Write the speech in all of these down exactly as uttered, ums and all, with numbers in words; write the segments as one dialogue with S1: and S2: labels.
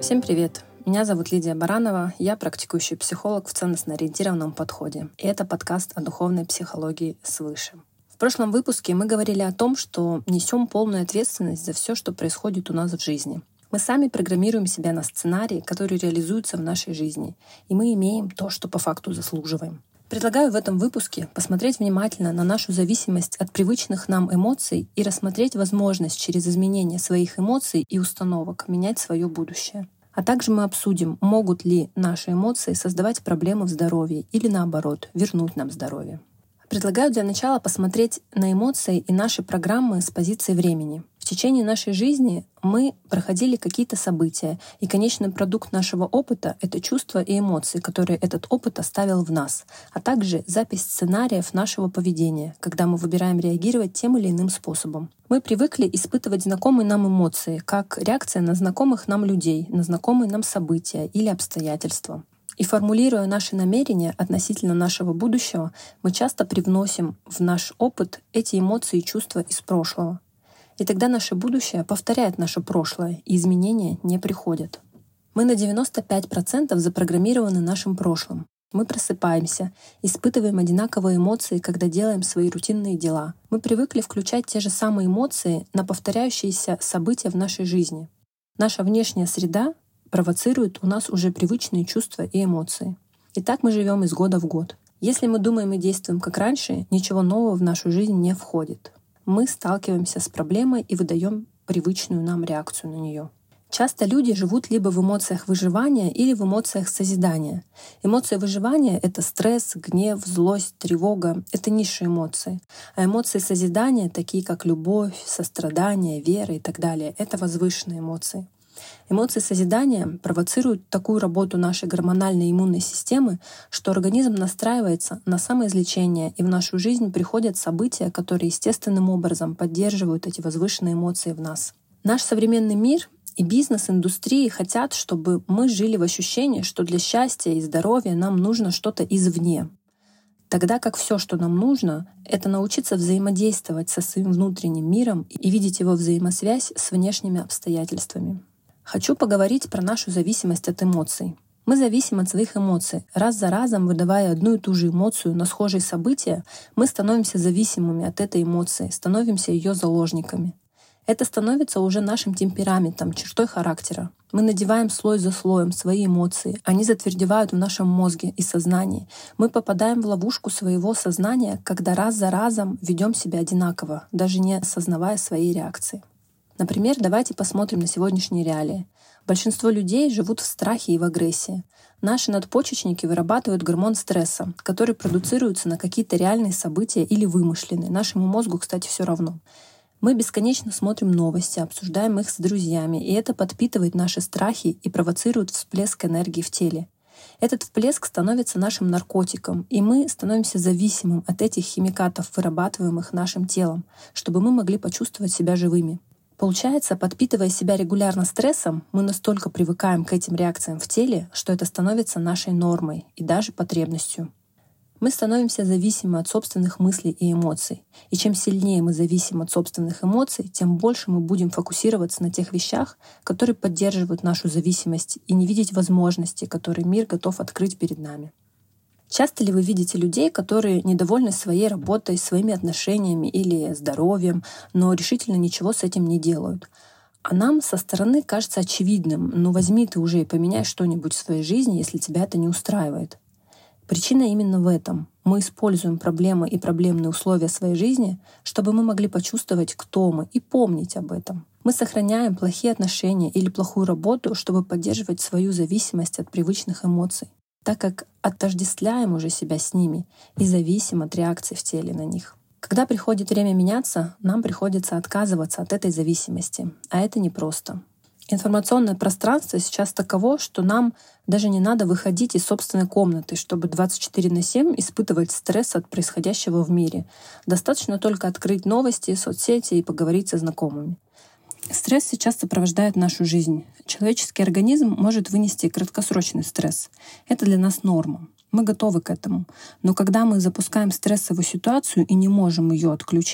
S1: Всем привет! Меня зовут Лидия Баранова, я практикующий психолог в ценностно-ориентированном подходе. И это подкаст о духовной психологии свыше. В прошлом выпуске мы говорили о том, что несем полную ответственность за все, что происходит у нас в жизни. Мы сами программируем себя на сценарии, которые реализуются в нашей жизни, и мы имеем то, что по факту заслуживаем. Предлагаю в этом выпуске посмотреть внимательно на нашу зависимость от привычных нам эмоций и рассмотреть возможность через изменение своих эмоций и установок менять свое будущее. А также мы обсудим, могут ли наши эмоции создавать проблемы в здоровье или наоборот, вернуть нам здоровье. Предлагаю для начала посмотреть на эмоции и наши программы с позиции времени. В течение нашей жизни мы проходили какие-то события, и конечный продукт нашего опыта — это чувства и эмоции, которые этот опыт оставил в нас, а также запись сценариев нашего поведения, когда мы выбираем реагировать тем или иным способом. Мы привыкли испытывать знакомые нам эмоции, как реакция на знакомых нам людей, на знакомые нам события или обстоятельства. И формулируя наши намерения относительно нашего будущего, мы часто привносим в наш опыт эти эмоции и чувства из прошлого. И тогда наше будущее повторяет наше прошлое, и изменения не приходят. Мы на девяносто пять процентов запрограммированы нашим прошлым. Мы просыпаемся, испытываем одинаковые эмоции, когда делаем свои рутинные дела. Мы привыкли включать те же самые эмоции на повторяющиеся события в нашей жизни. Наша внешняя среда провоцирует у нас уже привычные чувства и эмоции. И так мы живем из года в год. Если мы думаем и действуем как раньше, ничего нового в нашу жизнь не входит. Мы сталкиваемся с проблемой и выдаем привычную нам реакцию на нее. Часто люди живут либо в эмоциях выживания или в эмоциях созидания. Эмоции выживания — это стресс, гнев, злость, тревога — это низшие эмоции. А эмоции созидания, такие как любовь, сострадание, вера и так далее — это возвышенные эмоции. Эмоции созидания провоцируют такую работу нашей гормональной иммунной системы, что организм настраивается на самоизлечение, и в нашу жизнь приходят события, которые естественным образом поддерживают эти возвышенные эмоции в нас. Наш современный мир и бизнес, индустрии хотят, чтобы мы жили в ощущении, что для счастья и здоровья нам нужно что-то извне. Тогда как все, что нам нужно, это научиться взаимодействовать со своим внутренним миром и видеть его взаимосвязь с внешними обстоятельствами. Хочу поговорить про нашу зависимость от эмоций. Мы зависим от своих эмоций. Раз за разом, выдавая одну и ту же эмоцию на схожие события, мы становимся зависимыми от этой эмоции, становимся ее заложниками. Это становится уже нашим темпераментом, чертой характера. Мы надеваем слой за слоем свои эмоции. Они затвердевают в нашем мозге и сознании. Мы попадаем в ловушку своего сознания, когда раз за разом ведем себя одинаково, даже не осознавая своей реакции. Например, давайте посмотрим на сегодняшние реалии. Большинство людей живут в страхе и в агрессии. Наши надпочечники вырабатывают гормон стресса, который продуцируется на какие-то реальные события или вымышленные. Нашему мозгу, кстати, все равно. Мы бесконечно смотрим новости, обсуждаем их с друзьями, и это подпитывает наши страхи и провоцирует всплеск энергии в теле. Этот всплеск становится нашим наркотиком, и мы становимся зависимым от этих химикатов, вырабатываемых нашим телом, чтобы мы могли почувствовать себя живыми. Получается, подпитывая себя регулярно стрессом, мы настолько привыкаем к этим реакциям в теле, что это становится нашей нормой и даже потребностью. Мы становимся зависимы от собственных мыслей и эмоций. И чем сильнее мы зависим от собственных эмоций, тем больше мы будем фокусироваться на тех вещах, которые поддерживают нашу зависимость, и не видеть возможности, которые мир готов открыть перед нами. Часто ли вы видите людей, которые недовольны своей работой, своими отношениями или здоровьем, но решительно ничего с этим не делают? А нам со стороны кажется очевидным: ну возьми ты уже и поменяй что-нибудь в своей жизни, если тебя это не устраивает. Причина именно в этом. Мы используем проблемы и проблемные условия своей жизни, чтобы мы могли почувствовать, кто мы, и помнить об этом. Мы сохраняем плохие отношения или плохую работу, чтобы поддерживать свою зависимость от привычных эмоций, так как отождествляем уже себя с ними и зависим от реакций в теле на них. Когда приходит время меняться, нам приходится отказываться от этой зависимости, а это непросто. Информационное пространство сейчас таково, что нам даже не надо выходить из собственной комнаты, чтобы двадцать четыре на семь испытывать стресс от происходящего в мире. Достаточно только открыть новости, соцсети и поговорить со знакомыми. Стресс сейчас сопровождает нашу жизнь. Человеческий организм может вынести краткосрочный стресс. Это для нас норма. Мы готовы к этому. Но когда мы запускаем стрессовую ситуацию и не можем ее отключить,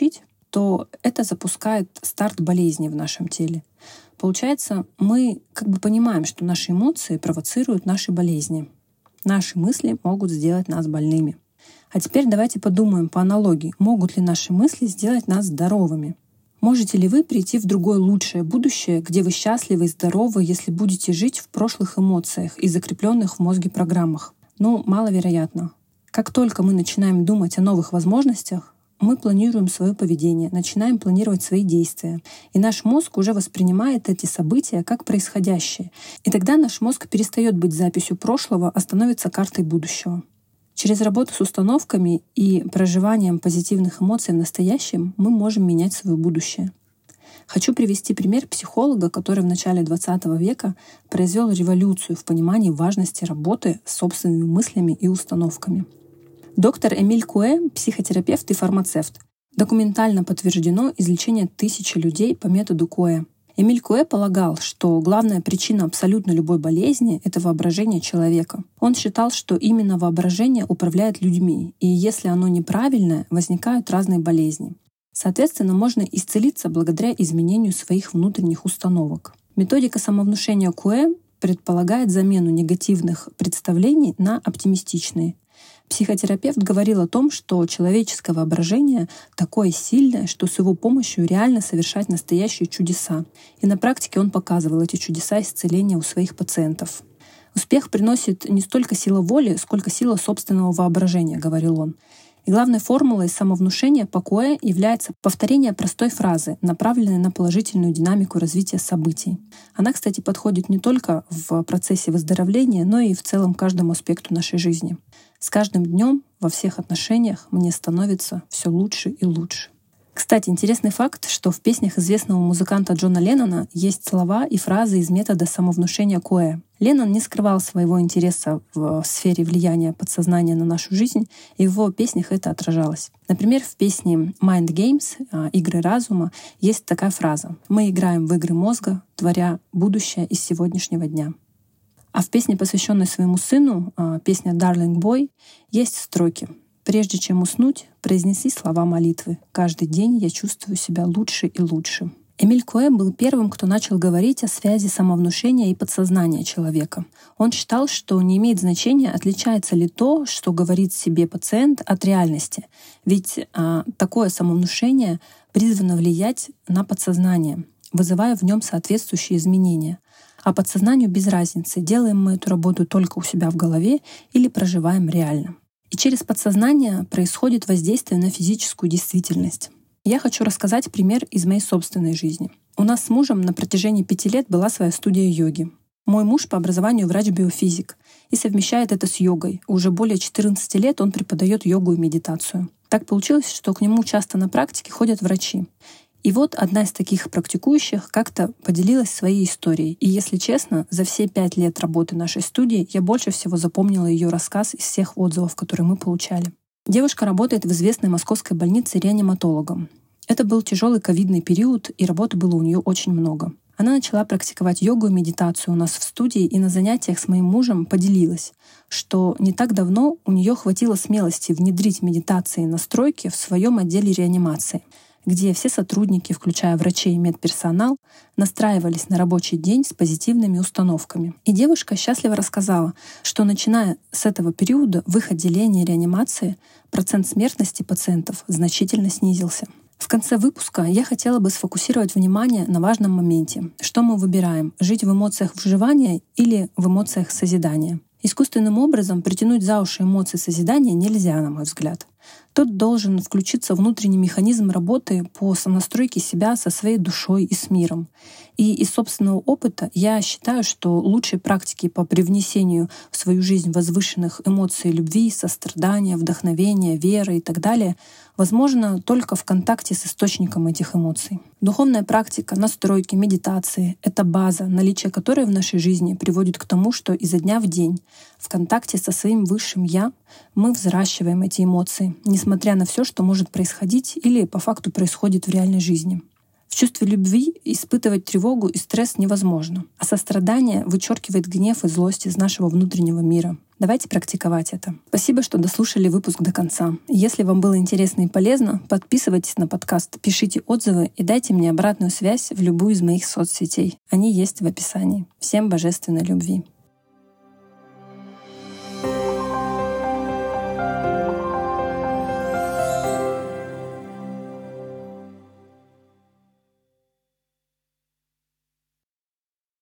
S1: то это запускает старт болезни в нашем теле. Получается, мы как бы понимаем, что наши эмоции провоцируют наши болезни. Наши мысли могут сделать нас больными. А теперь давайте подумаем по аналогии, могут ли наши мысли сделать нас здоровыми? Можете ли вы прийти в другое лучшее будущее, где вы счастливы и здоровы, если будете жить в прошлых эмоциях и закрепленных в мозге программах? Ну, маловероятно. Как только мы начинаем думать о новых возможностях, мы планируем свое поведение, начинаем планировать свои действия. И наш мозг уже воспринимает эти события как происходящее. И тогда наш мозг перестает быть записью прошлого, а становится картой будущего. Через работу с установками и проживанием позитивных эмоций в настоящем мы можем менять свое будущее. Хочу привести пример психолога, который в начале двадцатого века произвел революцию в понимании важности работы с собственными мыслями и установками. Доктор Эмиль Куэ — психотерапевт и фармацевт. Документально подтверждено излечение тысячи людей по методу Куэ. Эмиль Куэ полагал, что главная причина абсолютно любой болезни — это воображение человека. Он считал, что именно воображение управляет людьми, и если оно неправильное, возникают разные болезни. Соответственно, можно исцелиться благодаря изменению своих внутренних установок. Методика самовнушения Куэ предполагает замену негативных представлений на оптимистичные. Психотерапевт говорил о том, что человеческое воображение такое сильное, что с его помощью реально совершать настоящие чудеса. И на практике он показывал эти чудеса исцеления у своих пациентов. «Успех приносит не столько сила воли, сколько сила собственного воображения», — говорил он. И главной формулой самовнушения по Куэ является повторение простой фразы, направленной на положительную динамику развития событий. Она, кстати, подходит не только в процессе выздоровления, но и в целом каждому аспекту нашей жизни. С каждым днем во всех отношениях мне становится все лучше и лучше. Кстати, интересный факт, что в песнях известного музыканта Джона Леннона есть слова и фразы из метода самовнушения Куэ. Леннон не скрывал своего интереса в сфере влияния подсознания на нашу жизнь, и в его песнях это отражалось. Например, в песне «Mind Games» «Игры разума» есть такая фраза: «Мы играем в игры мозга, творя будущее из сегодняшнего дня». А в песне, посвященной своему сыну, песня «Darling Boy», есть строки: «Прежде чем уснуть, произнеси слова молитвы. Каждый день я чувствую себя лучше и лучше». Эмиль Куэ был первым, кто начал говорить о связи самовнушения и подсознания человека. Он считал, что не имеет значения, отличается ли то, что говорит себе пациент, от реальности. Ведь а, такое самовнушение призвано влиять на подсознание, вызывая в нем соответствующие изменения. А подсознанию без разницы, делаем мы эту работу только у себя в голове или проживаем реально. И через подсознание происходит воздействие на физическую действительность. Я хочу рассказать пример из моей собственной жизни. У нас с мужем на протяжении пяти лет была своя студия йоги. Мой муж по образованию врач-биофизик и совмещает это с йогой. Уже более четырнадцати лет он преподает йогу и медитацию. Так получилось, что к нему часто на практике ходят врачи. И вот одна из таких практикующих как-то поделилась своей историей. И если честно, за все пять лет работы нашей студии я больше всего запомнила ее рассказ из всех отзывов, которые мы получали. Девушка работает в известной московской больнице реаниматологом. Это был тяжелый ковидный период, и работы было у нее очень много. Она начала практиковать йогу и медитацию у нас в студии, и на занятиях с моим мужем поделилась, что не так давно у нее хватило смелости внедрить медитации и настройки в своем отделе реанимации, где все сотрудники, включая врачей и медперсонал, настраивались на рабочий день с позитивными установками. И девушка счастливо рассказала, что начиная с этого периода в их отделении реанимации процент смертности пациентов значительно снизился. В конце выпуска я хотела бы сфокусировать внимание на важном моменте. Что мы выбираем — жить в эмоциях выживания или в эмоциях созидания? Искусственным образом притянуть за уши эмоции созидания нельзя, на мой взгляд. Тут должен включиться внутренний механизм работы по сонастройке себя со своей душой и с миром. И из собственного опыта я считаю, что лучшие практики по привнесению в свою жизнь возвышенных эмоций любви, сострадания, вдохновения, веры и так далее возможно только в контакте с источником этих эмоций. Духовная практика, настройки, медитации — это база, наличие которой в нашей жизни приводит к тому, что изо дня в день в контакте со своим высшим «я» мы взращиваем эти эмоции, несмотря на все, что может происходить или по факту происходит в реальной жизни. В чувстве любви испытывать тревогу и стресс невозможно, а сострадание вычеркивает гнев и злость из нашего внутреннего мира. Давайте практиковать это. Спасибо, что дослушали выпуск до конца. Если вам было интересно и полезно, подписывайтесь на подкаст, пишите отзывы и дайте мне обратную связь в любую из моих соцсетей. Они есть в описании. Всем божественной любви.